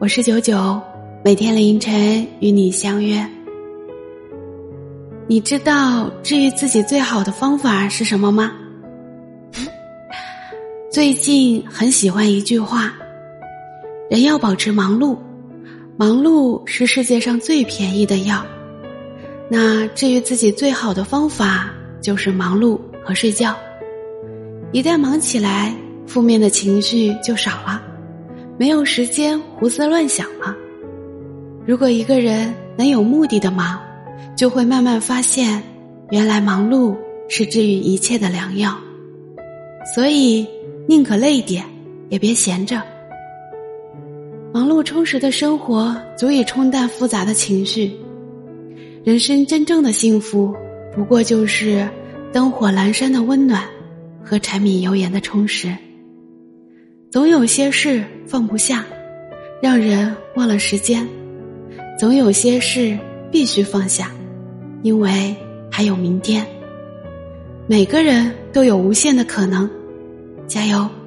我是99，每天凌晨与你相约。你知道治愈自己最好的方法是什么吗？最近很喜欢一句话，人要保持忙碌，忙碌是世界上最便宜的药。那治愈自己最好的方法就是忙碌和睡觉。一旦忙起来，负面的情绪就少了，没有时间胡思乱想了。如果一个人能有目的的忙，就会慢慢发现，原来忙碌是治愈一切的良药。所以宁可累点，也别闲着。忙碌充实的生活足以冲淡复杂的情绪。人生真正的幸福，不过就是灯火阑珊的温暖和柴米油盐的充实。总有些事放不下，让人忘了时间；总有些事必须放下，因为还有明天。每个人都有无限的可能，加油！